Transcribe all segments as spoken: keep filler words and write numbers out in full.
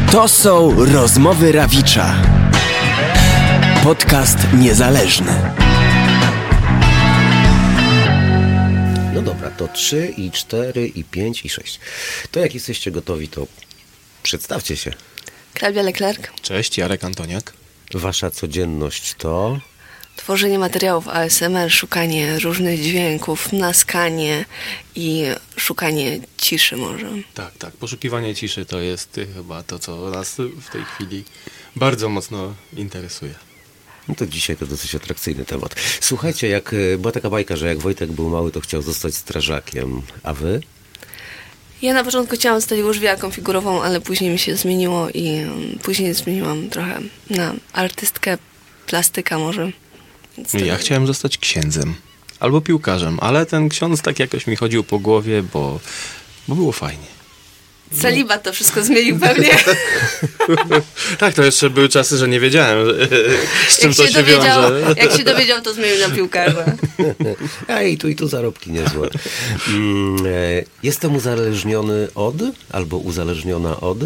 To są Rozmowy Rawicza. Podcast niezależny. No dobra, to trzy i cztery i pięć i sześć. To jak jesteście gotowi, to przedstawcie się. Klaudia Leclerc. Cześć, Jarek Antoniak. Wasza codzienność to... Tworzenie materiałów A S M R, szukanie różnych dźwięków, naskanie i szukanie ciszy może. Tak, tak. Poszukiwanie ciszy to jest y, chyba to, co nas w tej chwili bardzo mocno interesuje. No to dzisiaj to dosyć atrakcyjny temat. Słuchajcie, jak była taka bajka, że jak Wojtek był mały, to chciał zostać strażakiem. A wy? Ja na początku chciałam zostać łyżwiarką figurową, ale później mi się zmieniło i um, później zmieniłam trochę na artystkę, plastyka może. Ja chciałem zostać księdzem albo piłkarzem, ale ten ksiądz tak jakoś mi chodził po głowie, bo, bo było fajnie. Celibat to wszystko zmienił pewnie. Tak, to jeszcze były czasy, że nie wiedziałem, z czym jak to się, się wiąże. Jak się dowiedział, to zmienił na piłkarza. A i tu i tu zarobki niezłe. Mm, e, jestem uzależniony od, albo uzależniona od...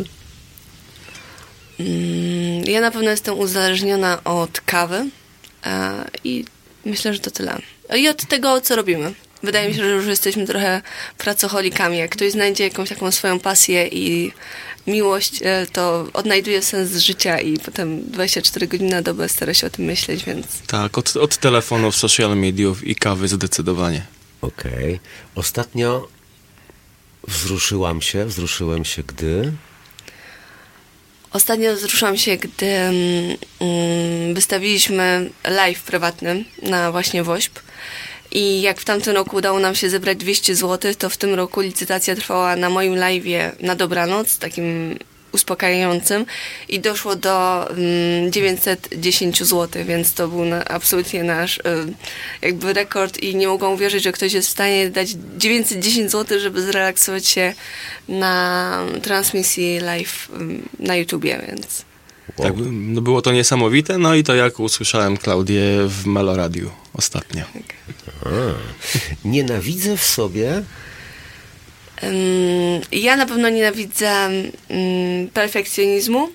Mm, ja na pewno jestem uzależniona od kawy e, i myślę, że to tyle. I od tego, co robimy. Wydaje mi się, że już jesteśmy trochę pracocholikami. Jak ktoś znajdzie jakąś taką swoją pasję i miłość, to odnajduje sens życia i potem dwadzieścia cztery godziny na dobę stara się o tym myśleć, więc... Tak, od, od telefonów, social mediów i kawy zdecydowanie. Okej. Okay. Ostatnio wzruszyłam się, wzruszyłem się, gdy... Ostatnio wzruszyłam się, gdy mm, wystawiliśmy live prywatny na właśnie WOŚP. I jak w tamtym roku udało nam się zebrać dwieście złotych, to w tym roku licytacja trwała na moim live'ie na dobranoc, takim uspokajającym i doszło do um, dziewięćset dziesięć złotych, więc to był na, absolutnie nasz um, jakby rekord i nie mogłam uwierzyć, że ktoś jest w stanie dać dziewięćset dziesięć złotych, żeby zrelaksować się na transmisji live um, na YouTubie, więc... Wow. Tak, no było to niesamowite, no i to jak usłyszałem Klaudię w Meloradiu ostatnio. A, nienawidzę w sobie... Um, ja na pewno nienawidzę um, perfekcjonizmu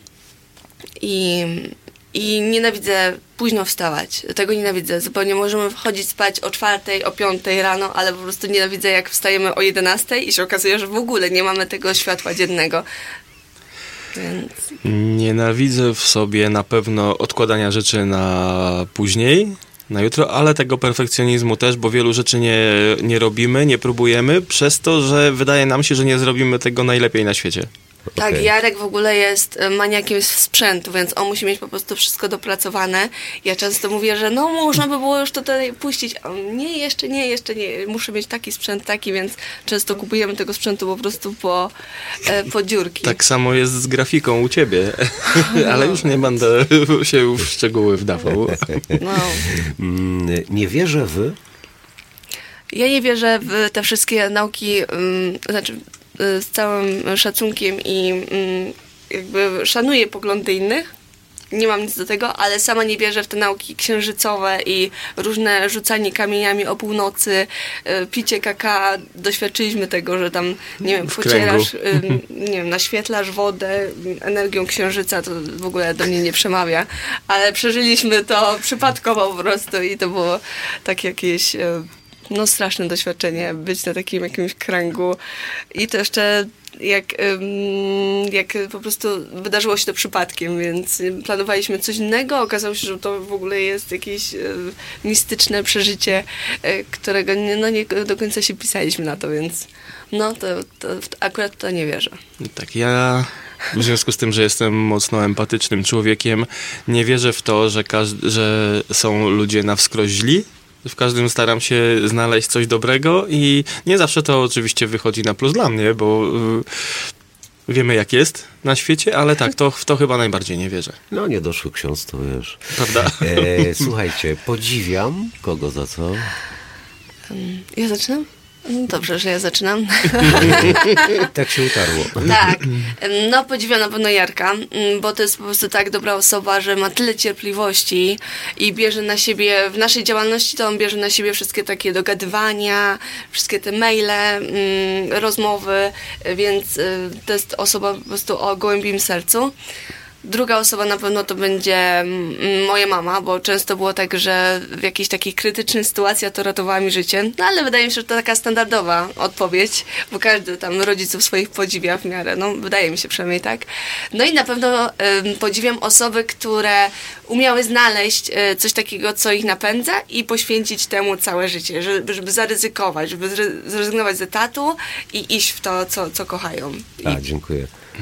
i, i nienawidzę późno wstawać. Tego nienawidzę. Zupełnie możemy wchodzić spać o czwartej, o piątej rano, ale po prostu nienawidzę, jak wstajemy o jedenastej i się okazuje, że w ogóle nie mamy tego światła dziennego. Więc... Nienawidzę w sobie na pewno odkładania rzeczy na później, na jutro, ale tego perfekcjonizmu też, bo wielu rzeczy nie, nie robimy, nie próbujemy, przez to, że wydaje nam się, że nie zrobimy tego najlepiej na świecie. Tak, Okay. Jarek w ogóle jest maniakiem sprzętu, więc on musi mieć po prostu wszystko dopracowane. Ja często mówię, że no można by było już to tutaj puścić, a on nie, jeszcze nie, jeszcze nie, muszę mieć taki sprzęt, taki, więc często kupujemy tego sprzętu po prostu po, po dziurki. Tak samo jest z grafiką u ciebie, ale już nie będę się w szczegóły wdawał. No. Nie wierzę w... Ja nie wierzę w te wszystkie nauki, um, znaczy z całym szacunkiem i mm, jakby szanuję poglądy innych, nie mam nic do tego, ale sama nie wierzę w te nauki księżycowe i różne rzucanie kamieniami o północy, y, picie kakao, doświadczyliśmy tego, że tam, nie wiem, pocierasz, y, nie wiem, naświetlasz wodę energią księżyca, to w ogóle do mnie nie przemawia, ale przeżyliśmy to przypadkowo po prostu i to było tak jakieś... Y, no straszne doświadczenie, być na takim jakimś kręgu i to jeszcze jak, jak po prostu wydarzyło się to przypadkiem, więc planowaliśmy coś innego, okazało się, że to w ogóle jest jakieś mistyczne przeżycie, którego nie, no nie do końca się pisaliśmy na to, więc no to, to akurat to nie wierzę. Tak, ja w związku z tym, że jestem mocno empatycznym człowiekiem, nie wierzę w to, że, każdy, że są ludzie na wskroś źli. W każdym staram się znaleźć coś dobrego i nie zawsze to oczywiście wychodzi na plus dla mnie, bo y, wiemy jak jest na świecie, ale tak, to, w to chyba najbardziej nie wierzę. No niedoszły ksiądz, to wiesz. Prawda? E, słuchajcie, podziwiam kogo za co? Ja zaczynam? No dobrze, że ja zaczynam. Tak się utarło. Tak, no podziwiam na pewno Jarka, bo to jest po prostu tak dobra osoba, że ma tyle cierpliwości i bierze na siebie, w naszej działalności to on bierze na siebie wszystkie takie dogadywania, wszystkie te maile, mm, rozmowy, więc y, to jest osoba po prostu o gołębim sercu. Druga osoba na pewno to będzie mm, moja mama, bo często było tak, że w jakiejś takiej krytycznej sytuacji to ratowała mi życie. No ale wydaje mi się, że to taka standardowa odpowiedź, bo każdy tam rodziców swoich podziwia w miarę, no wydaje mi się przynajmniej tak. No i na pewno ym, podziwiam osoby, które umiały znaleźć y, coś takiego, co ich napędza i poświęcić temu całe życie, żeby, żeby zaryzykować, żeby zre- zrezygnować z etatu i iść w to, co, co kochają. I A, dziękuję.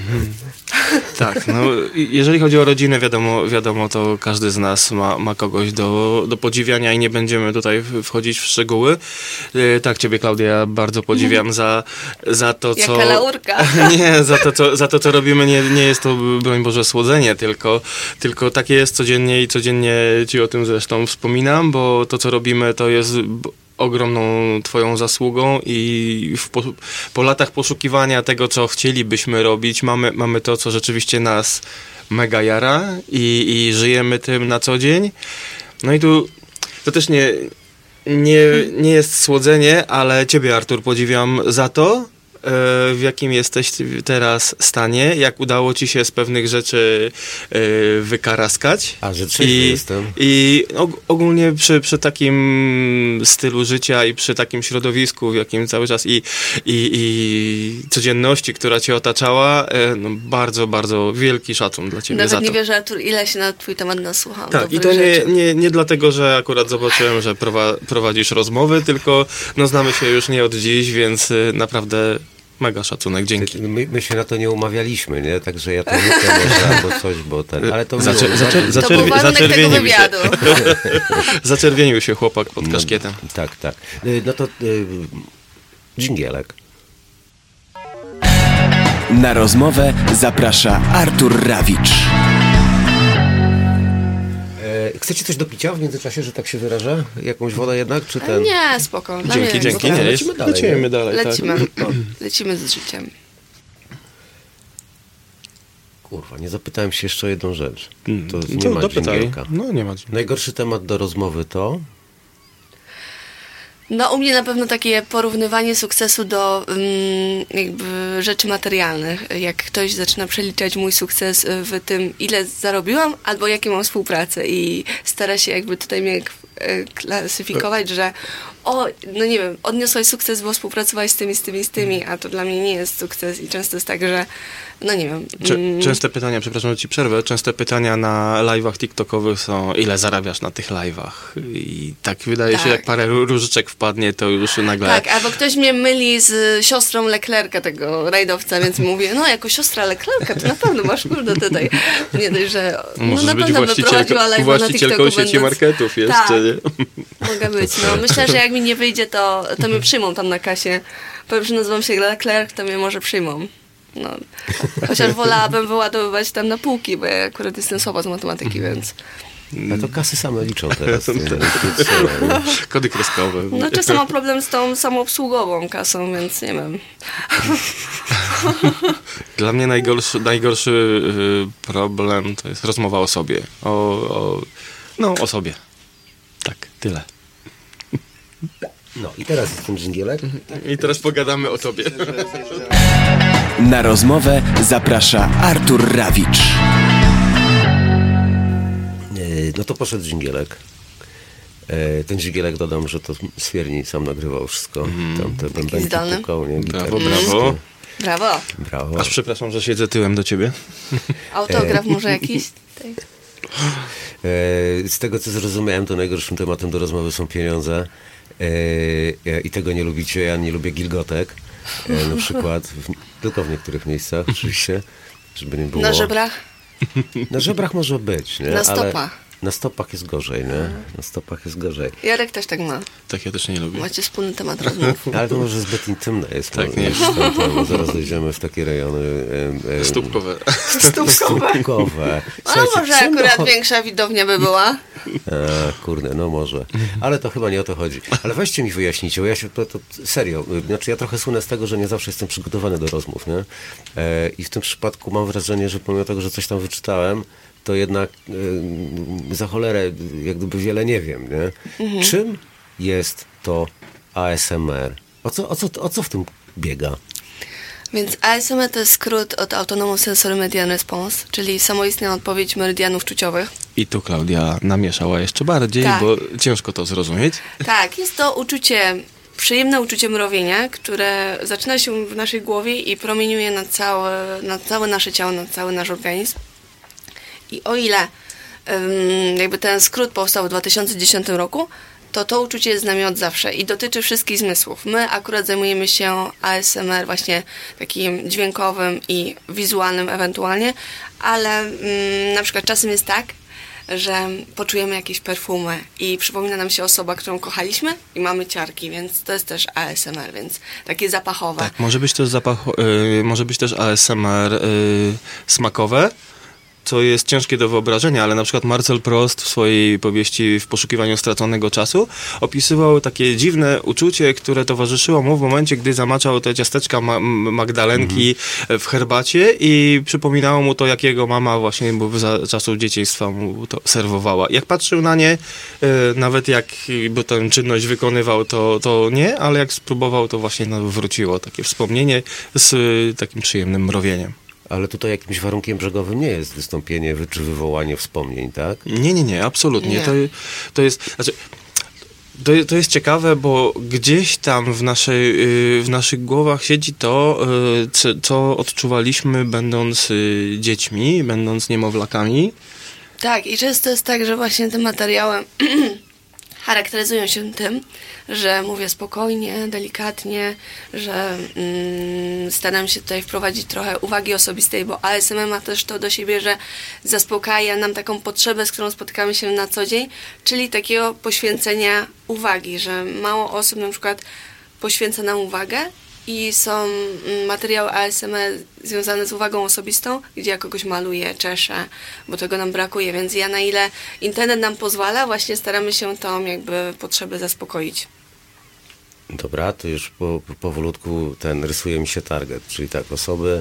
Tak, no jeżeli chodzi o rodzinę, wiadomo, wiadomo to każdy z nas ma, ma kogoś do, do podziwiania i nie będziemy tutaj wchodzić w szczegóły. E, tak, ciebie, Klaudia, bardzo podziwiam za, za to, co... Jaka laurka. Nie, za to, co, za to, co robimy, nie, nie jest to, broń Boże, słodzenie, tylko, tylko takie jest codziennie i codziennie ci o tym zresztą wspominam, bo to, co robimy, to jest ogromną twoją zasługą i w po, po latach poszukiwania tego, co chcielibyśmy robić, mamy, mamy to, co rzeczywiście nas mega jara i, i żyjemy tym na co dzień. No i tu to też nie, nie, nie jest słodzenie, ale ciebie, Artur, podziwiam za to, w jakim jesteś teraz stanie, jak udało ci się z pewnych rzeczy wykaraskać. A, że trzeźwy I, jestem. I og- ogólnie przy, przy takim stylu życia i przy takim środowisku, w jakim cały czas i, i, i codzienności, która cię otaczała, no bardzo, bardzo wielki szacun dla ciebie Nawet za to. nie wierzę, Artur, ile się na twój temat nasłucham. Tak, i dobrych to nie, rzeczy. nie, nie dlatego, że akurat zobaczyłem, że prowa- prowadzisz rozmowy, tylko no znamy się już nie od dziś, więc y, naprawdę mega szacunek, dzięki. My, my się na to nie umawialiśmy, nie? Także ja to nie może albo coś, bo ten... Ale to Zaczę- miło, zaczę- bardzo- To był zaczerwi- warunek tego zaczerwienił się. wywiadu. Zaczerwienił się chłopak pod kaszkietem. Tak, tak. Y, No to y, dżingielek. Na rozmowę zaprasza Artur Rawicz. E, Chcecie coś do picia w międzyczasie, że tak się wyrażę? Jakąś wodę jednak, czy ten... Nie, spoko. Dla Dzięki, mnie dzięki. no to Nie, jest, lecimy dalej, lecimy nie? dalej. Lecimy. Tak. Lecimy z życiem. Kurwa, nie zapytałem się jeszcze o jedną rzecz. Mm, To no nie to ma dopytaj. dżingielka. No nie ma. Najgorszy temat do rozmowy to... No u mnie na pewno takie porównywanie sukcesu do mm, jakby rzeczy materialnych. Jak ktoś zaczyna przeliczać mój sukces w tym, ile zarobiłam, albo jakie mam współpracę i stara się jakby tutaj mnie e, klasyfikować, że o, no nie wiem, odniosłaś sukces, bo współpracowałeś z tymi, z tymi, z tymi, a to dla mnie nie jest sukces i często jest tak, że no nie wiem. Cze- mm, częste pytania, przepraszam, że ci przerwę, częste pytania na live'ach tiktokowych są, ile zarabiasz na tych live'ach? I tak wydaje się, Tak. jak parę ró- różyczek wpadnie, to już nagle... Tak, albo ktoś mnie myli z siostrą Leclerca, tego rajdowca, więc mówię, no jako siostra Leclerca, to na pewno masz kurde tutaj. Nie dość, że no, Możesz na być pewno bym właścicielką, prowadziła live'a na właścicielką TikToku, sieci będąc... marketów jeszcze, Tak. nie? Mogę być, no. Myślę, że jak mi nie wyjdzie, to, to mnie przyjmą tam na kasie. Powiem, że nazywam się Leclerc, to mnie może przyjmą. No. Chociaż wolałabym wyładowywać tam na półki, bo ja akurat jestem słaba z matematyki, więc... A to kasy same liczą teraz. Nie? Kody kreskowe. No czasem mam problem z tą samoobsługową kasą, więc nie wiem. Dla mnie najgorszy, najgorszy y, problem to jest rozmowa o sobie. O, o, no, o sobie. Tak, tyle. No i teraz jest ten dżingielek. I teraz pogadamy o tobie. Na rozmowę zaprasza Artur Rawicz. E, No to poszedł dżingielek. E, Ten dżingielek, dodam, że to Swierni sam nagrywał wszystko. Tam te bębenki zdolny. pukał, nie? Brawo, Gitary, brawo. Brawo. Brawo. Aż przepraszam, że siedzę tyłem do ciebie. Autograf może jakiś? Tutaj. E, Z tego, co zrozumiałem, to najgorszym tematem do rozmowy są pieniądze. E, I tego nie lubicie. Ja nie lubię gilgotek. E, Na przykład, w, tylko w niektórych miejscach oczywiście, żeby nie było. Na żebrach? Na żebrach może być, nie? Na stopach. Na stopach jest gorzej, nie? Na stopach jest gorzej. Jarek też tak ma. Tak, ja też nie lubię. Macie wspólny temat rozmów. Ale to może zbyt intymne jest. Tak, może, nie. Tam, zaraz dojdziemy w takie rejony. E, e, Stópkowe. Stópkowe. Stópkowe. A Słuchajcie, może czym akurat docho- większa widownia by była? A, kurde, no może. Ale to chyba nie o to chodzi. Ale weźcie mi wyjaśnijcie, bo ja się, to, to serio, znaczy ja trochę słynę z tego, że nie zawsze jestem przygotowany do rozmów, nie? E, I w tym przypadku mam wrażenie, że pomimo tego, że coś tam wyczytałem, to jednak e, za cholerę jak gdyby wiele nie wiem, nie? Mhm. Czym jest to A S M R? O co, o co, o co w tym biega? Więc A S M R to jest skrót od Autonomous Sensory Meridian Response, czyli samoistna odpowiedź meridianów czuciowych. I tu Klaudia namieszała jeszcze bardziej, Tak. bo ciężko to zrozumieć. Tak, jest to uczucie, przyjemne uczucie mrowienia, które zaczyna się w naszej głowie i promieniuje na całe, na całe nasze ciało, na cały nasz organizm. I o ile um, jakby ten skrót powstał w dwa tysiące dziesiątym roku, to to uczucie jest z nami od zawsze i dotyczy wszystkich zmysłów. My akurat zajmujemy się A S M R właśnie takim dźwiękowym i wizualnym ewentualnie, ale mm, na przykład czasem jest tak, że poczujemy jakieś perfumy i przypomina nam się osoba, którą kochaliśmy i mamy ciarki, więc to jest też A S M R, więc takie zapachowe. Tak, może być też zapach, y, może być też A S M R y, smakowe, co jest ciężkie do wyobrażenia, ale na przykład Marcel Proust w swojej powieści W poszukiwaniu straconego czasu opisywał takie dziwne uczucie, które towarzyszyło mu w momencie, gdy zamaczał te ciasteczka ma- Magdalenki mm-hmm. w herbacie i przypominało mu to, jak jego mama właśnie bo za czasów dzieciństwa mu to serwowała. Jak patrzył na nie, y, nawet jak by tę czynność wykonywał, to, to nie, ale jak spróbował, to właśnie no, wróciło takie wspomnienie z y, takim przyjemnym mrowieniem. Ale tutaj jakimś warunkiem brzegowym nie jest wystąpienie wy- czy wywołanie wspomnień, tak? Nie, nie, nie, absolutnie. Nie. To, to jest, znaczy, to, to jest ciekawe, bo gdzieś tam w, naszej, yy, w naszych głowach siedzi to, yy, co, co odczuwaliśmy będąc yy, dziećmi, będąc niemowlakami. Tak, i często jest tak, że właśnie te materiały charakteryzują się tym, że mówię spokojnie, delikatnie, że mm, staram się tutaj wprowadzić trochę uwagi osobistej, bo A S M R ma też to do siebie, że zaspokaja nam taką potrzebę, z którą spotykamy się na co dzień, czyli takiego poświęcenia uwagi, że mało osób na przykład poświęca nam uwagę i są mm, materiały A S M R związane z uwagą osobistą, gdzie ja kogoś maluję, czeszę, bo tego nam brakuje, więc ja na ile internet nam pozwala, właśnie staramy się tą jakby potrzebę zaspokoić. Dobra, to już po, powolutku ten rysuje mi się target, czyli tak, osoby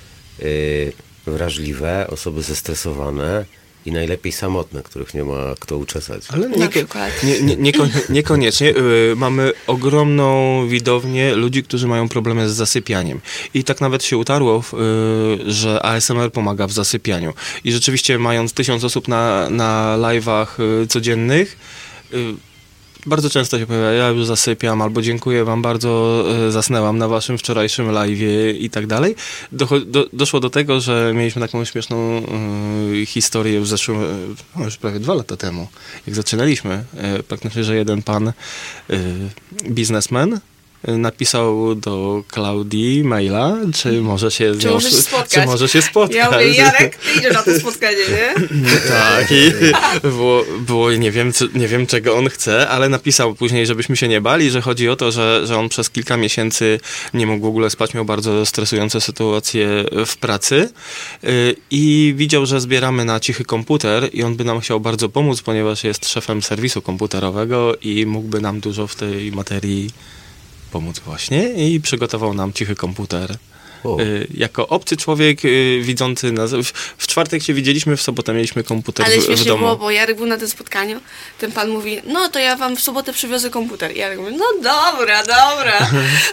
yy, wrażliwe, osoby zestresowane i najlepiej samotne, których nie ma kto uczesać. Ale Na nie, przykład. nie, nie, nieko, niekoniecznie. Yy, mamy ogromną widownię ludzi, którzy mają problemy z zasypianiem. I tak nawet się utarło, yy, że A S M R pomaga w zasypianiu. I rzeczywiście mając tysiąc osób na, na live'ach yy, codziennych, yy, bardzo często się pojawia, ja już zasypiam, albo dziękuję wam bardzo, e, zasnęłam na waszym wczorajszym live'ie i tak dalej. Docho- do, doszło do tego, że mieliśmy taką śmieszną e, historię w zeszłym, e, już prawie dwa lata temu, jak zaczynaliśmy. E, praktycznie, że jeden pan, e, biznesmen, e, napisał do Klaudii maila, czy może się z Czy nią- możesz się spotkać? czy może się spotkać. Ja mówię, Jarek, ty idziesz na to spotkanie, nie? Tak, i było, było nie, wiem, co, nie wiem, czego on chce, ale napisał później, żebyśmy się nie bali, że chodzi o to, że, że on przez kilka miesięcy nie mógł w ogóle spać, miał bardzo stresujące sytuacje w pracy yy, i widział, że zbieramy na cichy komputer i on by nam chciał bardzo pomóc, ponieważ jest szefem serwisu komputerowego i mógłby nam dużo w tej materii pomóc właśnie i przygotował nam cichy komputer. O. Y, jako obcy człowiek y, widzący nas. W, w czwartek się widzieliśmy, w sobotę mieliśmy komputer Ale w, w śmiesznie domu. było, bo Jarek był na tym spotkaniu, ten pan mówi, no to ja wam w sobotę przywiozę komputer. I Jarek mówi, no dobra, dobra.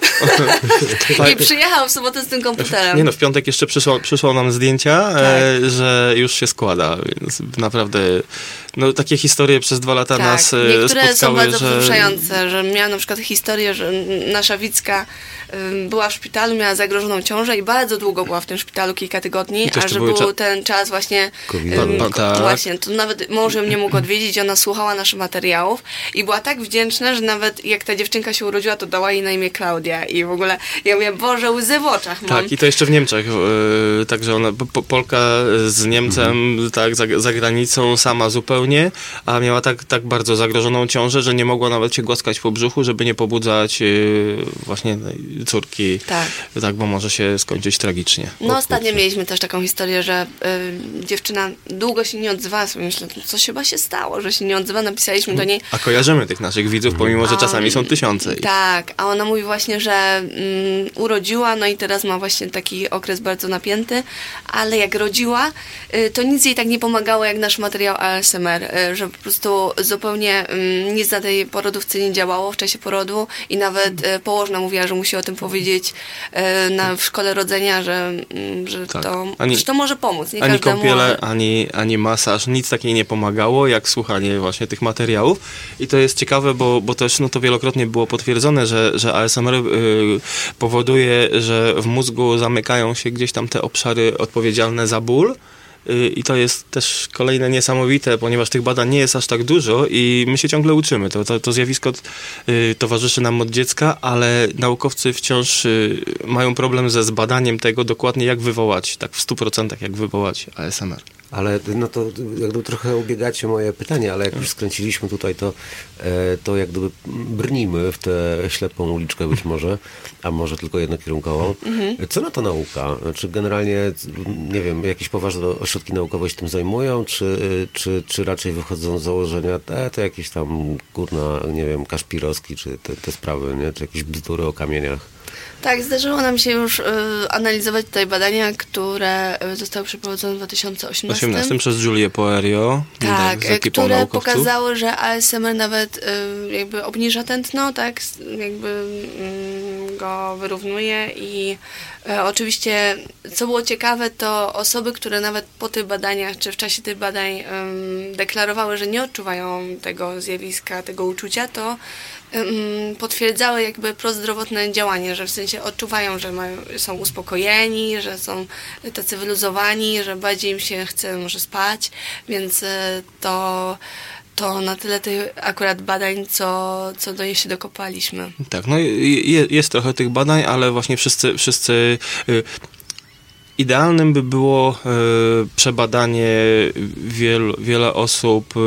I przyjechał w sobotę z tym komputerem. Nie no, w piątek jeszcze przysłał, przysłał nam zdjęcia, Tak. e, że już się składa, więc naprawdę no takie historie przez dwa lata Tak, nas e, niektóre spotkały, są bardzo że... wzruszające, że miałam na przykład historię, że nasza Wicka ym, była w szpitalu, miała zagrożoną ciążę ciążę i bardzo długo była w tym szpitalu, kilka tygodni, to a że były był cza- ten czas właśnie, Covidowy. em, Pa- pa- tak. właśnie, to nawet mąż ją nie mógł odwiedzić, ona słuchała naszych materiałów i była tak wdzięczna, że nawet jak ta dziewczynka się urodziła, to dała jej na imię Klaudia i w ogóle ja mówię, Boże, łzy w oczach mam. Tak, i to jeszcze w Niemczech. Yy, także ona, po, Polka z Niemcem, mhm. tak, za, za granicą, sama zupełnie, a miała tak, tak bardzo zagrożoną ciążę, że nie mogła nawet się głaskać po brzuchu, żeby nie pobudzać yy, właśnie córki. Tak. Tak, bo może się skończyć tragicznie. No ostatnio mieliśmy też taką historię, że y, dziewczyna długo się nie odzywała, sobie myślę, co się chyba się stało, że się nie odzywa, napisaliśmy do niej. A kojarzymy tych naszych widzów, pomimo, że A, czasami są tysiące. ich. Tak, a ona mówi właśnie, że mm, urodziła, no i teraz ma właśnie taki okres bardzo napięty, ale jak rodziła, y, to nic jej tak nie pomagało jak nasz materiał A S M R, y, że po prostu zupełnie y, nic na tej porodówce nie działało w czasie porodu i nawet y, położna mówiła, że musi o tym powiedzieć y, na, w szkole rodzenia, że, y, że, Tak. to, Ani- że to może pomóc. Nie Ani każdemu, kąpiele, ale- ani, ani masaż, nic takiej nie pomagało, jak słuchanie właśnie tych materiałów. I to jest ciekawe, bo, bo też no, to wielokrotnie było potwierdzone, że, że A S M R y, powoduje, że w mózgu zamykają się gdzieś tam te obszary odpowiedzialne za ból. Y, I to jest też kolejne niesamowite, ponieważ tych badań nie jest aż tak dużo i my się ciągle uczymy. To, to, to zjawisko y, towarzyszy nam od dziecka, ale naukowcy wciąż y, mają problem ze zbadaniem tego dokładnie, jak wywołać, tak w stu procentach jak wywołać A S M R. Ale no to jakby trochę ubiegacie moje pytanie, ale jak już skręciliśmy tutaj, to, e, to jak gdyby brnimy w tę ślepą uliczkę być może, a może tylko jednokierunkową. Co na to nauka? Czy generalnie, nie wiem, jakieś poważne ośrodki naukowe się tym zajmują, czy, czy, czy raczej wychodzą z założenia, e, to jakieś tam kurna, nie wiem, Kaszpirowski, czy te, te sprawy, nie? Czy jakieś bzdury o kamieniach? Tak, zdarzyło nam się już y, analizować tutaj badania, które y, zostały przeprowadzone w dwa tysiące osiemnastym. osiemnastym przez Julię Poerio, Tak, z ekipą które naukowców. pokazały, że A S M R nawet y, jakby obniża tętno, tak, s- jakby mm, go wyrównuje i y, oczywiście, co było ciekawe, to osoby, które nawet po tych badaniach, czy w czasie tych badań ym, deklarowały, że nie odczuwają tego zjawiska, tego uczucia, to ym, potwierdzały jakby prozdrowotne działanie, że w sensie odczuwają, że mają, są uspokojeni, że są tacy wyluzowani, że bardziej im się chce może spać, więc y, to, to na tyle tych akurat badań, co, co do niej się dokopaliśmy. Tak, no i- je, jest trochę tych badań, ale właśnie wszyscy, wszyscy y, idealnym by było y, przebadanie wielu, wiele osób y,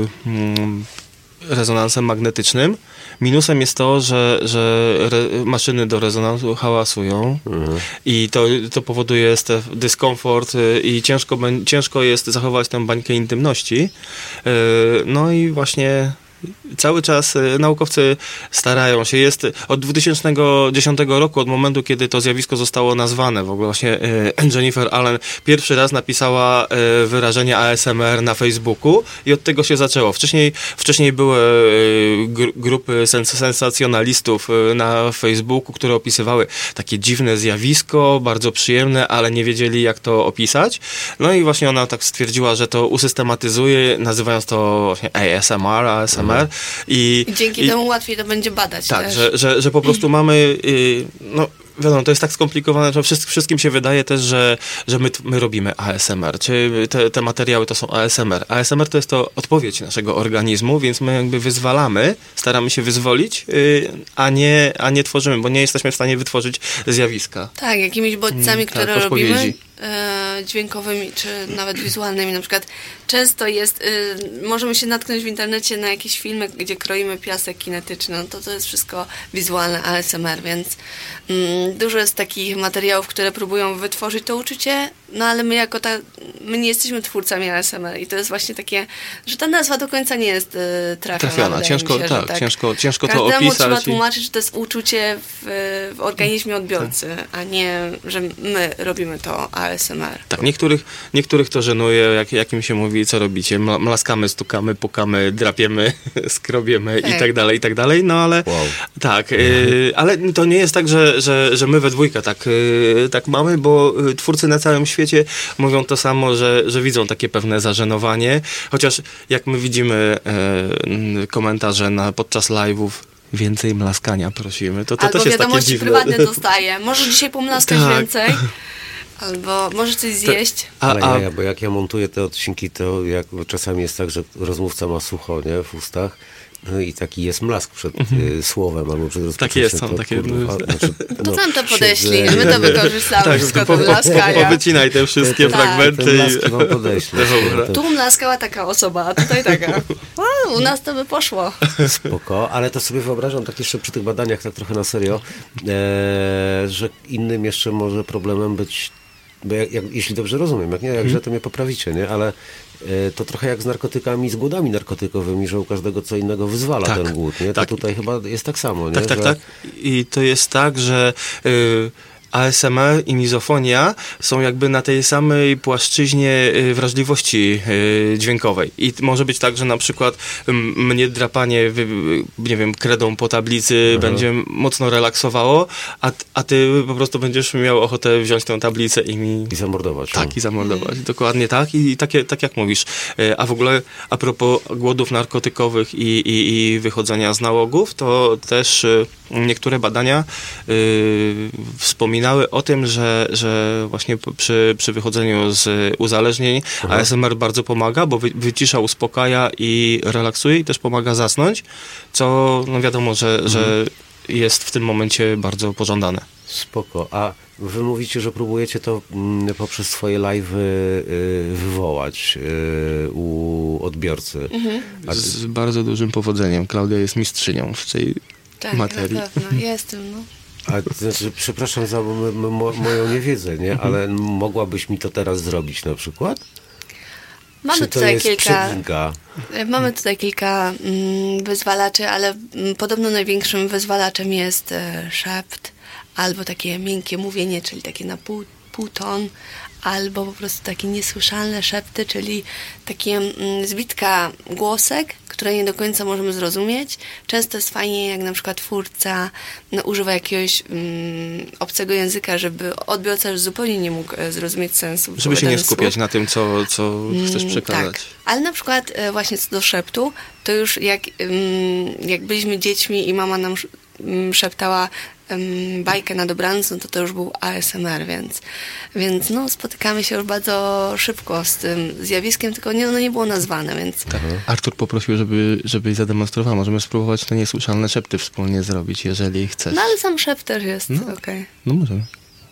mm, rezonansem magnetycznym. Minusem jest to, że, że re, maszyny do rezonansu hałasują Mhm. i to, to powoduje st- dyskomfort y, i ciężko, bę- ciężko jest zachować tę bańkę intymności. Y, no i właśnie cały czas y, naukowcy starają się. Jest od dwa tysiące dziesiątego roku, od momentu, kiedy to zjawisko zostało nazwane. W ogóle właśnie y, Jennifer Allen pierwszy raz napisała y, wyrażenie A S M R na Facebooku i od tego się zaczęło. Wcześniej, wcześniej były y, gr- grupy sens- sensacjonalistów y, na Facebooku, które opisywały takie dziwne zjawisko, bardzo przyjemne, ale nie wiedzieli, jak to opisać. No i właśnie ona tak stwierdziła, że to usystematyzuje, nazywając to właśnie A S M R, A S M R. I, I dzięki i, temu łatwiej to będzie badać tak, też. że, że, że po prostu mamy, y, no wiadomo, to jest tak skomplikowane, że wszystkim, wszystkim się wydaje też, że, że my, my robimy A S M R, czy te, te materiały to są A S M R. A S M R to jest to odpowiedź naszego organizmu, więc my jakby wyzwalamy, staramy się wyzwolić, y, a, nie, a nie tworzymy, bo nie jesteśmy w stanie wytworzyć zjawiska. Tak, jakimiś bodźcami, Mm, które tak, robimy, podpowiedzi. e, dźwiękowymi, czy nawet wizualnymi. Na przykład często jest, e, możemy się natknąć w internecie na jakieś filmy, gdzie kroimy piasek kinetyczny. No to to jest wszystko wizualne A S M R, więc mm, dużo jest takich materiałów, które próbują wytworzyć to uczucie, no ale my jako ta, my nie jesteśmy twórcami A S M R i to jest właśnie takie, że ta nazwa do końca nie jest e, trafiona. Trafiona, wydaje ciężko, mi się, że tak, ciężko, ciężko to Każdemu trzeba opisać. i- tłumaczyć, że to jest uczucie w, w organizmie odbiorcy, a nie, że my robimy to A S M R. Tak, niektórych, niektórych to żenuje, jak, jak im się mówi, co robicie. Mla- Mlaskamy, stukamy, pukamy, drapiemy, skrobiemy Tak. i tak dalej, i tak dalej, no ale Wow. tak, y, ale to nie jest tak, że, że, że my we dwójkę tak, y, tak mamy, bo y, twórcy na całym świecie mówią to samo, że, że widzą takie pewne zażenowanie, chociaż jak my widzimy y, komentarze na, podczas live'ów, więcej mlaskania prosimy. To, to Albo też jest takie wiadomości dziwne. prywatne dostaję. Możesz dzisiaj pomlaskać Tak. więcej? Albo możesz coś zjeść? A, Ale a, ja, bo jak ja montuję te odcinki, to jak czasami jest tak, że rozmówca ma sucho, nie, w ustach, no i taki jest mlask przed y, słowem albo przed rozpoczęciem. jest, są to, takie- kurwa, znaczy, To no, tam to podeślij, siedzę- my to wykorzystamy, tak, wszystko po, to po, mlaskania. powycinaj te wszystkie Tak. fragmenty. Te i- mlaski wam podeślę. Dobra. To Tu mlaskała taka osoba, a tutaj taka. O, u nas to by poszło. spoko, ale to sobie wyobrażam tak jeszcze przy tych badaniach, tak trochę na serio, e, że innym jeszcze może problemem być, bo jak, jak, jeśli dobrze rozumiem, jak nie, jak źle, to mnie poprawicie, nie? Ale e, to trochę jak z narkotykami, z głodami narkotykowymi, że u każdego co innego wyzwala Tak, ten głód, nie? tak. To tutaj chyba jest tak samo, nie? Tak, tak, że, tak. I to jest tak, że y, A S M R i mizofonia są jakby na tej samej płaszczyźnie y, wrażliwości y, dźwiękowej. I t- może być tak, że na przykład m, mnie drapanie, wy, nie wiem, kredą po tablicy Aha. będzie mocno relaksowało, a, t- a ty po prostu będziesz miał ochotę wziąć tę tablicę i mi... I zamordować. Tak, no. i zamordować. Dokładnie tak. I, i takie, tak jak mówisz. E, A w ogóle a propos głodów narkotykowych i, i, i wychodzenia z nałogów, to też e, niektóre badania e, wspominały o tym, że, że właśnie p- przy, przy wychodzeniu z uzależnień Aha. A S M R bardzo pomaga, bo wy, wycisza, uspokaja i relaksuje i też pomaga zasnąć, co no wiadomo, że, że jest w tym momencie bardzo pożądane. Spoko. A wy mówicie, że próbujecie to mm, poprzez swoje live'y y, wywołać y, u odbiorcy. A ty, Z bardzo dużym powodzeniem. Klaudia jest mistrzynią w tej Tak, materii. na pewno, jestem, no. a, to znaczy, przepraszam za m, m, mo, moją niewiedzę, nie? Ale mogłabyś mi to teraz zrobić na przykład? Mamy Czy to tutaj jest kilka... przydinka? Mamy tutaj kilka mm, wyzwalaczy, ale mm, podobno największym wyzwalaczem jest e, szept, albo takie miękkie mówienie, czyli takie na pół, pół ton, albo po prostu takie niesłyszalne szepty, czyli takie mm, zbitka głosek, które nie do końca możemy zrozumieć. Często jest fajnie, jak na przykład twórca no, używa jakiegoś mm, obcego języka, żeby odbiorca już zupełnie nie mógł e, zrozumieć sensu Żeby się nie wypowiadanych skupiać słów. na tym, co, co chcesz Mm, przekazać. Tak, ale na przykład e, właśnie co do szeptu, to już jak, mm, jak byliśmy dziećmi i mama nam sz- mm, szeptała em, bajkę na dobranoc, no to to już był A S M R, więc, więc no, spotykamy się już bardzo szybko z tym zjawiskiem, tylko nie, ono nie było nazwane, więc Tak. Artur poprosił, żeby, żebyś zademonstrowała. Możemy spróbować te niesłyszalne szepty wspólnie zrobić, jeżeli chcesz. no ale sam szept też jest, No. okej. No możemy.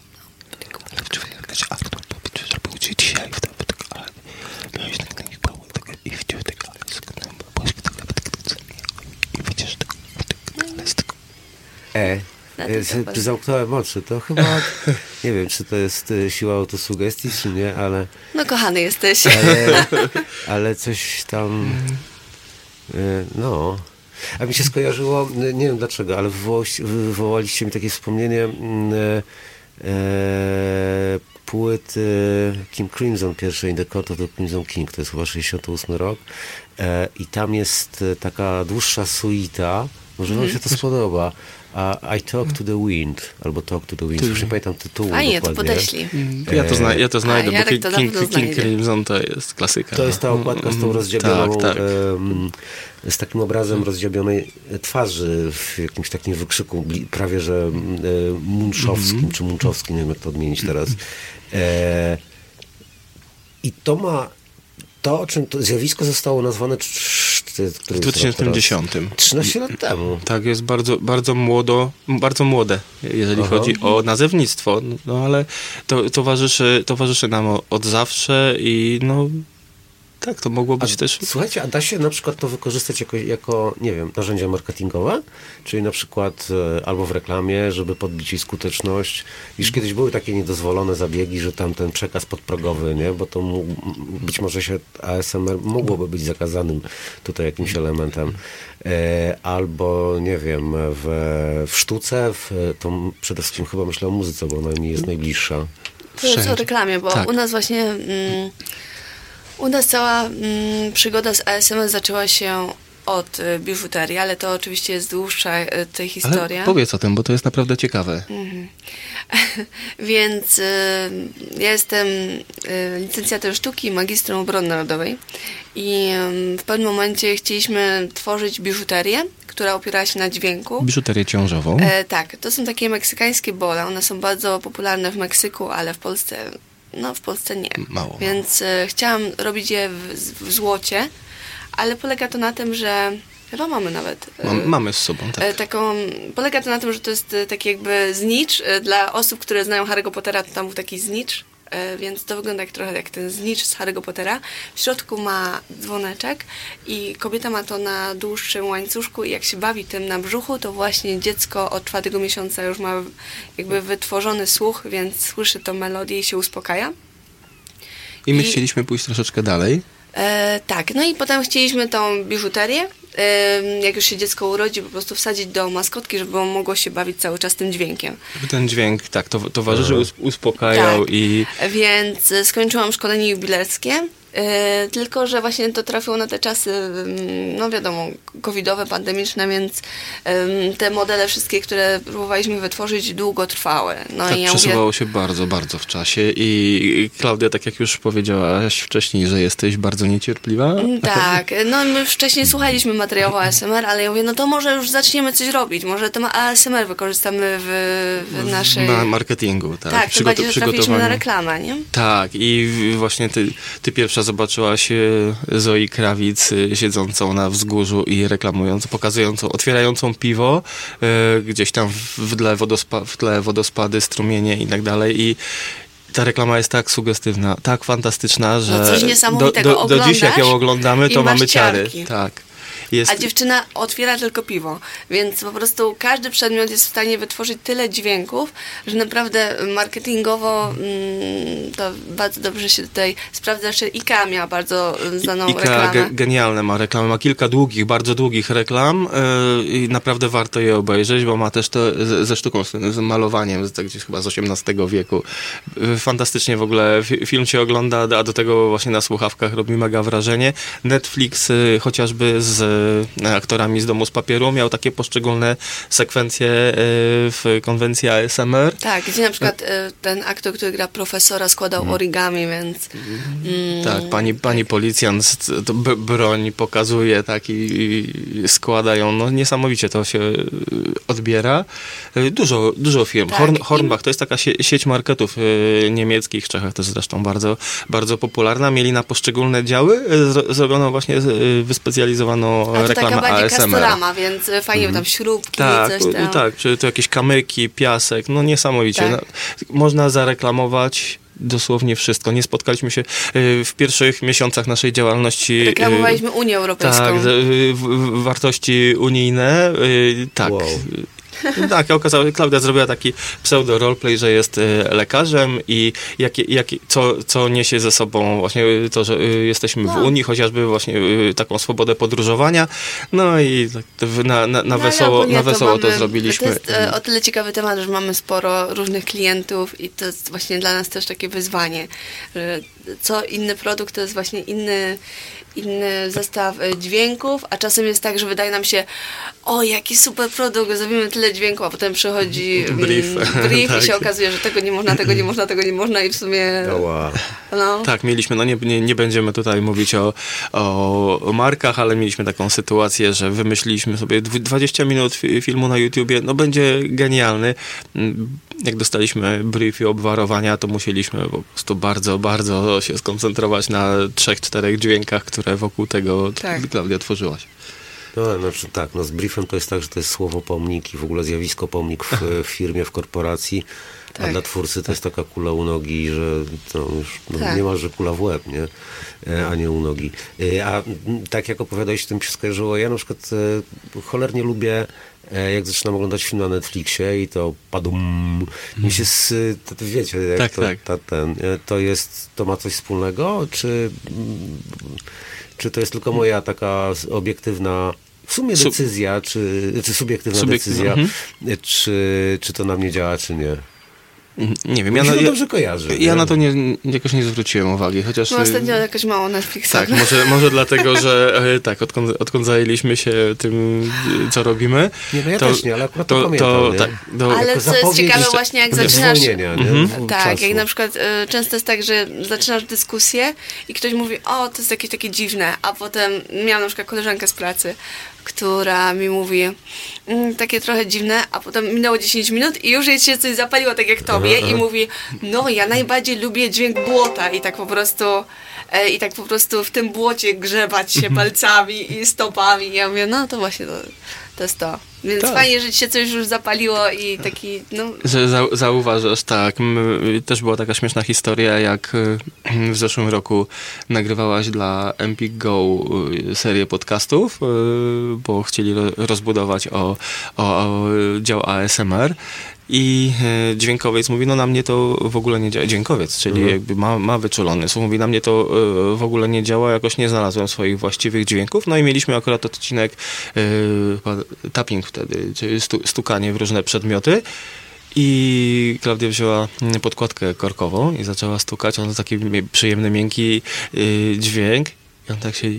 E. Na E, tym z- super. Zamknąłem oczy. To chyba, nie wiem, czy to jest e, siła autosugestii, czy nie, ale, No kochany jesteś. ale, ale coś tam, e, no... A mi się skojarzyło, n- nie wiem dlaczego, ale wywołaś- wywołaliście mi takie wspomnienie mm, e, e, płyty King Crimson, pierwszej In the Court of the Crimson King, to jest chyba sześćdziesiąty ósmy rok e, i tam jest e, taka dłuższa suita, może wam się to spodoba, a I Talk to the Wind, albo Talk to the Wind, już nie pamiętam tytułu Fajnie, to dokładnie. podeślij. Ja to, zna, ja to znajdę, bo Jarek King, to na King, pewno King znajdzie. Crimson to jest klasyka. To jest ta okładka z tą rozdziabioną, Tak, tak. em, z takim obrazem rozdziabionej twarzy w jakimś takim wykrzyku bli- prawie że e, munczowskim, Mhm. czy munczowskim, nie wiem jak to odmienić teraz. E, I to ma, to o czym to zjawisko zostało nazwane cz- cz- który W jest rok teraz? dwa tysiące dziesiątym. trzynaście lat temu. Tak, jest bardzo, bardzo młodo, bardzo młode, jeżeli Aha. chodzi o nazewnictwo, no ale to towarzyszy, towarzyszy nam o- od zawsze i no tak, to mogło być A, też... Słuchajcie, a da się na przykład to wykorzystać jako, jako, nie wiem, narzędzia marketingowe? Czyli na przykład e, albo w reklamie, żeby podbić jej skuteczność. Już kiedyś były takie niedozwolone zabiegi, że tam ten przekaz podprogowy, nie? Bo to mu, być może się A S M R mogłoby być zakazanym tutaj jakimś elementem. E, albo, nie wiem, w, w sztuce, w, to przede wszystkim chyba myślę o muzyce, bo ona mi jest najbliższa. To jest o Wszędzie. reklamie, bo Tak. u nas właśnie... Mm, u nas cała mm, przygoda z A S M R zaczęła się od y, biżuterii, ale to oczywiście jest dłuższa y, tej historia. Ale powiedz o tym, bo to jest naprawdę ciekawe. Więc y, ja jestem y, licencjatem sztuki, magistrem obrony narodowej i y, w pewnym momencie chcieliśmy tworzyć biżuterię, która opierała się na dźwięku. Biżuterię ciążową. E, tak, to są takie meksykańskie bole. One są bardzo popularne w Meksyku, ale w Polsce, no w Polsce nie. Mało. Więc e, chciałam robić je w, w złocie, ale polega to na tym, że chyba mamy nawet. E, Mam, mamy z sobą, tak. e, taką, polega to na tym, że to jest e, taki jakby znicz. E, dla osób, które znają Harry'ego Pottera, to tam był taki znicz. Więc to wygląda jak, trochę jak ten znicz z Harry'ego Pottera. W środku ma dzwoneczek i kobieta ma to na dłuższym łańcuszku i jak się bawi tym na brzuchu, to właśnie dziecko od czwartego miesiąca już ma jakby wytworzony słuch, więc słyszy tą melodię i się uspokaja. I my I- chcieliśmy pójść troszeczkę dalej. E, tak, no i potem chcieliśmy tą biżuterię, e, jak już się dziecko urodzi, po prostu wsadzić do maskotki, żeby on mogło się bawić cały czas tym dźwiękiem. Żeby ten dźwięk, tak, to, towarzyszył, us- uspokajał Tak. i... Więc e, skończyłam szkolenie jubilerskie, e, tylko że właśnie to trafiło na te czasy, mm, no wiadomo, covidowe, pandemiczne, więc em, te modele wszystkie, które próbowaliśmy wytworzyć, długo trwały. No Tak, i ja przesuwało mówię, się bardzo, bardzo w czasie i Klaudia, tak jak już powiedziałaś wcześniej, że jesteś bardzo niecierpliwa. tak, no my wcześniej słuchaliśmy materiału A S M R, ale ja mówię, no to może już zaczniemy coś robić, może to A S M R wykorzystamy w, w naszej... Na marketingu, tak. tak, tym bardziej, że trafiliśmy na przygotowaniu. reklamę, nie? Tak, i w- właśnie ty, ty pierwsza zobaczyłaś e, Zoi Krawic e, siedzącą na wzgórzu i reklamującą, pokazującą, otwierającą piwo, e, gdzieś tam w, w, tle wodospa, w tle wodospady, strumienie i tak dalej i ta reklama jest tak sugestywna, tak fantastyczna, że No coś niesamowitego. do, do, do dziś jak ją Oglądasz oglądamy, i to masz mamy ciary. ciarki. Tak. Jest, A dziewczyna otwiera tylko piwo, więc po prostu każdy przedmiot jest w stanie wytworzyć tyle dźwięków, że naprawdę marketingowo mm, to bardzo dobrze się tutaj sprawdza, że IKEA miała bardzo znaną IKEA reklamę. ge- genialne ma reklamy, ma kilka długich, bardzo długich reklam yy, i naprawdę warto je obejrzeć, bo ma też to z, ze sztuką, z, z malowaniem, z, gdzieś chyba z osiemnastego wieku. Yy, fantastycznie w ogóle fi- film się ogląda, a do tego właśnie na słuchawkach robi mega wrażenie. Netflix yy, chociażby z yy, aktorami z Domu z papieru miał takie poszczególne sekwencje yy, w konwencji A S M R. Tak, gdzie na przykład y, ten aktor, który gra profesora, składał origami, więc... Mm, Tak, pani, pani policjant to b- broń pokazuje, tak, i, i składa ją, no niesamowicie to się y, odbiera. Y, Dużo, dużo firm. Tak, Horn, i- Hornbach to jest taka sie, sieć marketów y, niemieckich, w Czechach też zresztą bardzo, bardzo popularna. Mieli na poszczególne działy y, zro- zrobioną właśnie y, wyspecjalizowaną a to reklamę taka bardziej A S M R. Castorama, więc y, fajnie, mm. tam śrubki, Tak, coś tam. tak, czy to jakieś kamyki, piasek, no niesamowicie. Tak. No, można zareklamować dosłownie wszystko. Nie spotkaliśmy się y, w pierwszych miesiącach naszej działalności. y, Reklamowaliśmy Unię Europejską. Tak, z- y, w- w- wartości unijne, y, tak. Wow. Tak, okazało się, Klaudia zrobiła taki pseudo roleplay, że jest y, lekarzem i jakie, jakie, co, co niesie ze sobą właśnie y, to, że y, jesteśmy No. w Unii, chociażby właśnie y, taką swobodę podróżowania. No i tak, w- na, na, na No, ale wesoło, ogólnie na wesoło to, mamy- zrobiliśmy. To jest e, o tyle ciekawy temat, że mamy sporo różnych klientów i to jest właśnie dla nas też takie wyzwanie, że co inny produkt to jest właśnie inny, inny zestaw e, dźwięków, a czasem jest tak, że wydaje nam się, o jaki super produkt, zrobimy tyle dźwięków, a potem przychodzi mm, Brief. brief Tak. i się okazuje, że tego nie można, tego nie można, tego nie można i w sumie Ała. no. Tak, mieliśmy, no nie, nie, nie będziemy tutaj mówić o, o, o markach, ale mieliśmy taką sytuację, że wymyśliliśmy sobie dw- dwadzieścia minut fi- filmu na YouTubie, no będzie genialny. Mm, Jak dostaliśmy brief i obwarowania, to musieliśmy po prostu bardzo, bardzo się skoncentrować na trzech, czterech dźwiękach, które wokół tego Tak. Klaudia tworzyłaś. No, znaczy tak, no z briefem to jest tak, że to jest słowo pomnik i w ogóle zjawisko pomnik w, w firmie, w korporacji, Tak. a dla twórcy to jest taka kula u nogi, że to już no, Tak. nie ma, że kula w łeb, nie? E, a nie u nogi. E, a m, tak jak opowiadałeś, tym się skojarzyło, ja na przykład e, cholernie lubię, e, jak zaczynam oglądać film na Netflixie i to padum, mi się, z, to, to wiecie, jak Tak, to, tak. Ta, ten, e, to jest, to ma coś wspólnego, czy... mm, Czy to jest tylko moja taka obiektywna w sumie Sub- decyzja, czy, czy subiektywna Subiektywna, decyzja, mhm. czy, czy to na mnie działa, czy nie? Mm, Nie wiem, Mi ja, się na, to ja, dobrze kojarzy. ja nie? na to nie, jakoś nie zwróciłem uwagi, chociaż... No ostatnio jakoś mało Netflixa. Tak, może, może dlatego, że e, tak, odkąd, odkąd zajęliśmy się tym, e, co robimy. Nie, no ja to, też nie, ale akurat to pamiętam, nie? tak, do, Ale Jako co jest zapowiedź ciekawe jeszcze właśnie jak zaczynasz... zwolnienia, nie? Mhm. Tak, Czasu. jak na przykład y, często jest tak, że zaczynasz dyskusję i ktoś mówi, o, to jest jakieś takie dziwne, a potem miałam na przykład koleżankę z pracy, która mi mówi mm, takie trochę dziwne, a potem minęło dziesięć minut i już jej się coś zapaliło tak jak tobie i mówi, no ja najbardziej lubię dźwięk błota i tak po prostu e, i tak po prostu w tym błocie grzebać się palcami i stopami. I ja mówię, no to właśnie to, to jest to. Więc Tak. fajnie, że ci się coś już zapaliło i taki, no... Że za, zauważasz, tak. M, też była taka śmieszna historia, jak y, w zeszłym roku nagrywałaś dla Empik Go y, serię podcastów, y, bo chcieli ro, rozbudować o, o, o dział A S M R. I e, dźwiękowiec mówi, no na mnie to w ogóle nie działa. Dźwiękowiec, czyli Mhm. jakby ma, ma wyczulony słuch, mówi, na mnie to e, w ogóle nie działa, jakoś nie znalazłem swoich właściwych dźwięków. No i mieliśmy akurat odcinek e, tapping wtedy, czyli stu, stukanie w różne przedmioty. I Klaudia wzięła podkładkę korkową i zaczęła stukać. On taki mi- przyjemny, miękki e, dźwięk. I on tak się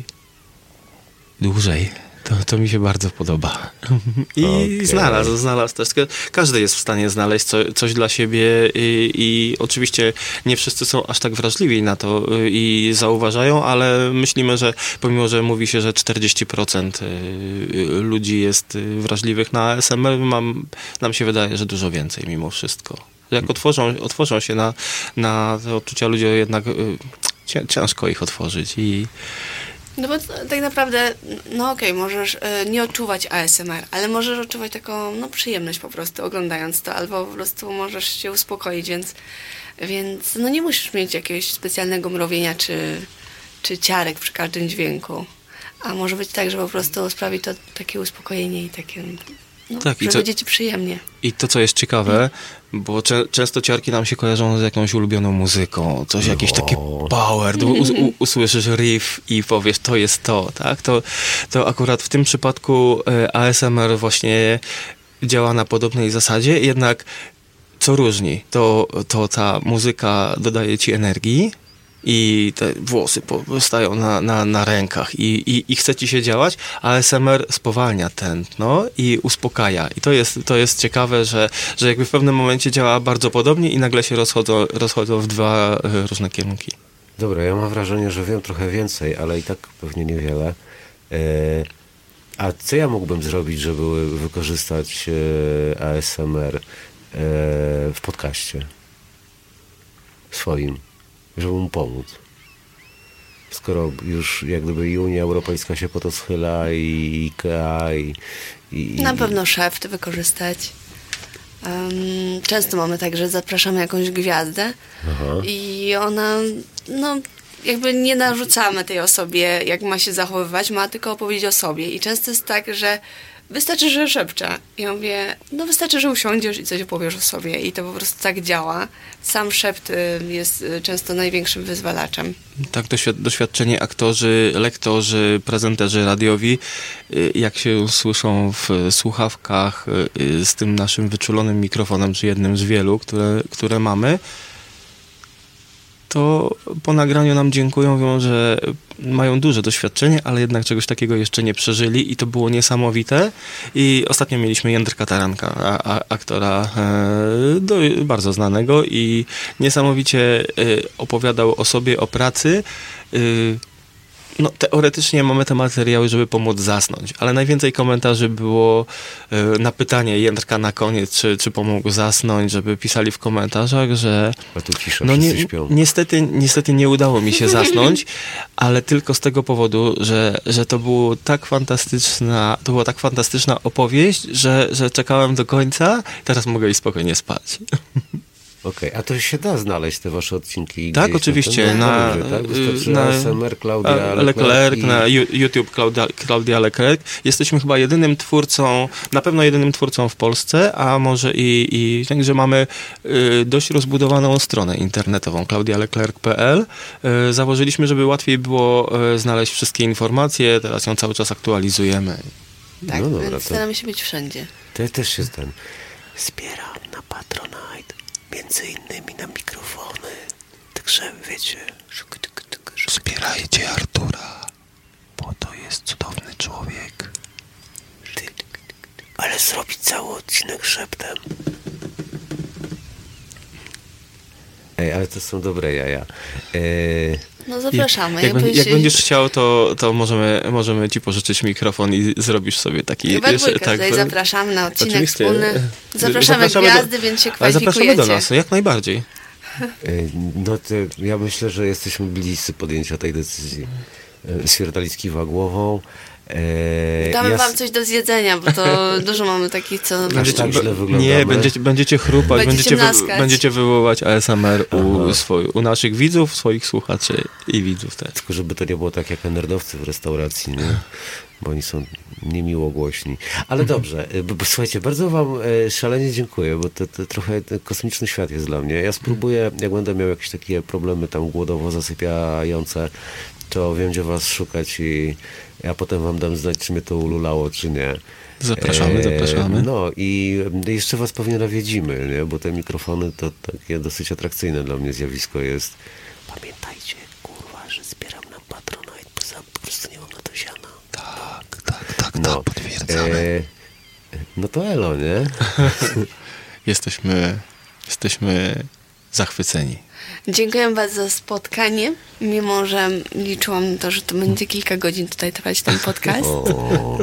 dłużej. To, to mi się bardzo podoba. I Okej. znalazł, znalazł też. Ka- Każdy jest w stanie znaleźć co, coś dla siebie i, i oczywiście nie wszyscy są aż tak wrażliwi na to y, i zauważają, ale myślimy, że pomimo, że mówi się, że czterdzieści procent y, y, ludzi jest y, wrażliwych na A S M R, mam, nam się wydaje, że dużo więcej mimo wszystko. Jak otworzą, otworzą się na, na te odczucia ludzie, jednak y, cię- ciężko ich otworzyć i No bo to, tak naprawdę, no okej, możesz y, nie odczuwać A S M R, ale możesz odczuwać taką, no przyjemność po prostu oglądając to, albo po prostu możesz się uspokoić, więc, więc no nie musisz mieć jakiegoś specjalnego mrowienia czy, czy ciarek przy każdym dźwięku. A może być tak, że po prostu sprawi to takie uspokojenie i takie, no, Tak, i że co- będzie ci przyjemnie. I to, co jest ciekawe, bo cze- często ciarki nam się kojarzą z jakąś ulubioną muzyką, coś, jakiś taki power, u- u- usłyszysz riff i powiesz, to jest to, tak? To, to akurat w tym przypadku e, A S M R właśnie działa na podobnej zasadzie, jednak co różni, to, to ta muzyka dodaje ci energii, i te włosy powstają na, na, na rękach i, i, i chce ci się działać, a A S M R spowalnia tętno i uspokaja. I to jest, to jest ciekawe, że, że jakby w pewnym momencie działa bardzo podobnie i nagle się rozchodzą, rozchodzą w dwa e, różne kierunki. Dobra, ja mam wrażenie, że wiem trochę więcej, ale i tak pewnie niewiele. E, a co ja mógłbym zrobić, żeby wykorzystać e, A S M R e, w podcaście swoim, żeby mu pomóc? Skoro już jak gdyby i Unia Europejska się po to schyla, i IKEA, i... i Na pewno szept wykorzystać. Um, często mamy tak, że zapraszamy jakąś gwiazdę Aha. i ona, no jakby nie narzucamy tej osobie, jak ma się zachowywać, ma tylko opowiedzieć o sobie. I często jest tak, że wystarczy, że szepcze. Ja mówię, no wystarczy, że usiądziesz i coś opowiesz o sobie. I to po prostu tak działa. Sam szept y, jest y, często największym wyzwalaczem. Tak, doświad- doświadczeni aktorzy, lektorzy, prezenterzy radiowi, y, jak się słyszą w słuchawkach y, z tym naszym wyczulonym mikrofonem, czy jednym z wielu, które, które mamy, to po nagraniu nam dziękują, mówią, że mają duże doświadczenie, ale jednak czegoś takiego jeszcze nie przeżyli i to było niesamowite. I ostatnio mieliśmy Jędrka Taranka, a, a, aktora e, do, bardzo znanego i niesamowicie e, opowiadał o sobie, o pracy. E, no, teoretycznie mamy te materiały, żeby pomóc zasnąć, ale najwięcej komentarzy było e, na pytanie Jędrka na koniec, czy, czy pomógł zasnąć, żeby pisali w komentarzach, że A tu cisza, no wszyscy nie, śpią. niestety, niestety nie udało mi się zasnąć, ale tylko z tego powodu, że, że to było tak fantastyczna, to była tak fantastyczna opowieść, że, że czekałem do końca, teraz mogę iść spokojnie spać. Okej, a to się da znaleźć te wasze odcinki Tak, gdzieś oczywiście, tym? na- Dobrze, tak? Wystarczy na- A S M R, Klaudia A, Leclerc, i... na Ju- YouTube Klaudia, Klaudia Leclerc. Jesteśmy chyba jedynym twórcą, na pewno jedynym twórcą w Polsce, a może i, i także mamy y, dość rozbudowaną stronę internetową klaudia leclerc kropka p l. Y, założyliśmy, żeby łatwiej było y, znaleźć wszystkie informacje, teraz ją cały czas aktualizujemy. Tak, No dobra, więc to- staramy się być wszędzie. To ja też się ten... Zbieram na Patronite, między innymi na mikrofony. Także wiecie... Wspierajcie Artura, bo to jest cudowny człowiek. Ty, ale zrobić cały odcinek szeptem. Ej, ale to są dobre jaja. E, No zapraszamy. Jak, jak, Jakbyś- jak będziesz chciał, to, to możemy, możemy ci pożyczyć mikrofon i zrobisz sobie taki... We dwójkę tak, tutaj zapraszamy na odcinek Oczywiście. wspólny. Zapraszamy, Zapraszamy do- gwiazdy, więc się Ale kwalifikujecie. zapraszamy do nas, jak najbardziej. e, no to ja myślę, że jesteśmy bliscy podjęcia tej decyzji. E, Świerdalic kiwa głową. E, Damy ja wam s- coś do zjedzenia, bo to dużo mamy takich, co... Aż tak źle wyglądamy. Nie, będziecie, będziecie chrupać, Będziecie będziecie, wy, mlaskać. będziecie wywoływać A S M R u, swoi, u naszych widzów, swoich słuchaczy i widzów też. Tylko żeby to nie było tak jak nerdowcy w restauracji, nie? Bo oni są niemiło głośni. Ale dobrze, bo, bo słuchajcie, bardzo wam e, szalenie dziękuję, bo to, to trochę ten kosmiczny świat jest dla mnie. Ja spróbuję, jak będę miał jakieś takie problemy tam głodowo zasypiające, to wiem, gdzie was szukać i ja potem wam dam znać, czy mnie to ululało, czy nie. Zapraszamy, zapraszamy. No i jeszcze was pewnie nawiedzimy, nie? Bo te mikrofony to takie dosyć atrakcyjne dla mnie zjawisko jest. Pamiętajcie, kurwa, że zbieram na Patronite, bo sam po prostu nie mam na to siana. Tak, tak, tak, No, tak, potwierdzamy. e, no to elo, nie? Jesteśmy, jesteśmy zachwyceni. Dziękuję bardzo za spotkanie, mimo że liczyłam na to, że to będzie kilka godzin tutaj trwać ten podcast. O,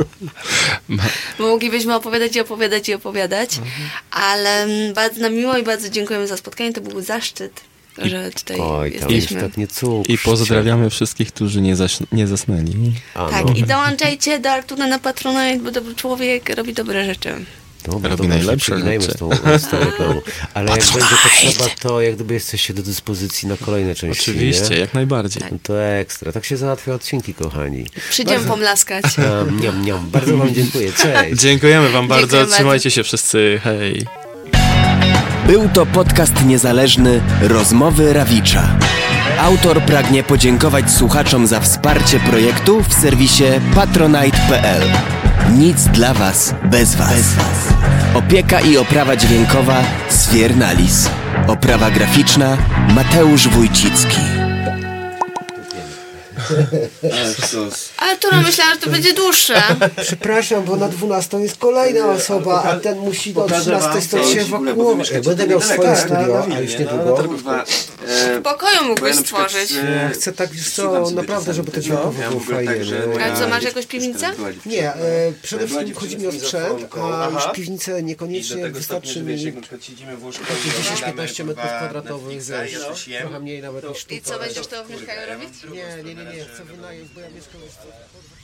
Bo moglibyśmy opowiadać i opowiadać i opowiadać, Mhm. ale mm, bardzo nam miło i bardzo dziękujemy za spotkanie. To był zaszczyt, że tutaj oj, tam już jesteśmy. tak nie cukrzcie. I pozdrawiamy wszystkich, którzy nie, zaś, nie zasnęli. A, Tak, no. i dołączajcie do Artura na Patronite, bo dobry człowiek robi dobre rzeczy. Dobra, Robi dobra, najlepsze przeginajmy rzeczy. z tą, z tą reklamą. Ale jak będzie potrzeba, to jak gdyby jesteście do dyspozycji na kolejne części. Oczywiście, Nie? jak najbardziej. No to ekstra. Tak się załatwia odcinki, kochani. Przyjdziemy pomlaskać. Um, niam, niam. Bardzo wam dziękuję. Cześć. Dziękujemy wam bardzo, Dziękuję trzymajcie bardzo. się wszyscy, hej. Był to podcast niezależny Rozmowy Rawicza. Autor pragnie podziękować słuchaczom za wsparcie projektu w serwisie patronite kropka p l. Nic dla was bez was. Opieka i oprawa dźwiękowa Sfiernalis. Oprawa graficzna Mateusz Wójcicki. Artura, myślałam, że to będzie dłuższe. Przepraszam, bo na dwunastą jest kolejna osoba, a ten musi do trzynastej stać się ewakuować. Jak będę miał swoje studio, a już niedługo. W pokoju mógłbyś stworzyć. Ja chcę tak, wiesz co, naprawdę, żeby to dźwiękowo było fajnie. nie? A co, masz jakąś piwnicę? Nie, e, przede wszystkim chodzi mi o sprzęt, a już piwnicę niekoniecznie, wystarczy mi dziesięć piętnaście metrów kwadratowych, wiesz, trochę mniej nawet niż I sztuka. co, będziesz to w mieszkaniu robić? Nie, nie, nie, nie, chcę wynająć, bo ja mieszkam już...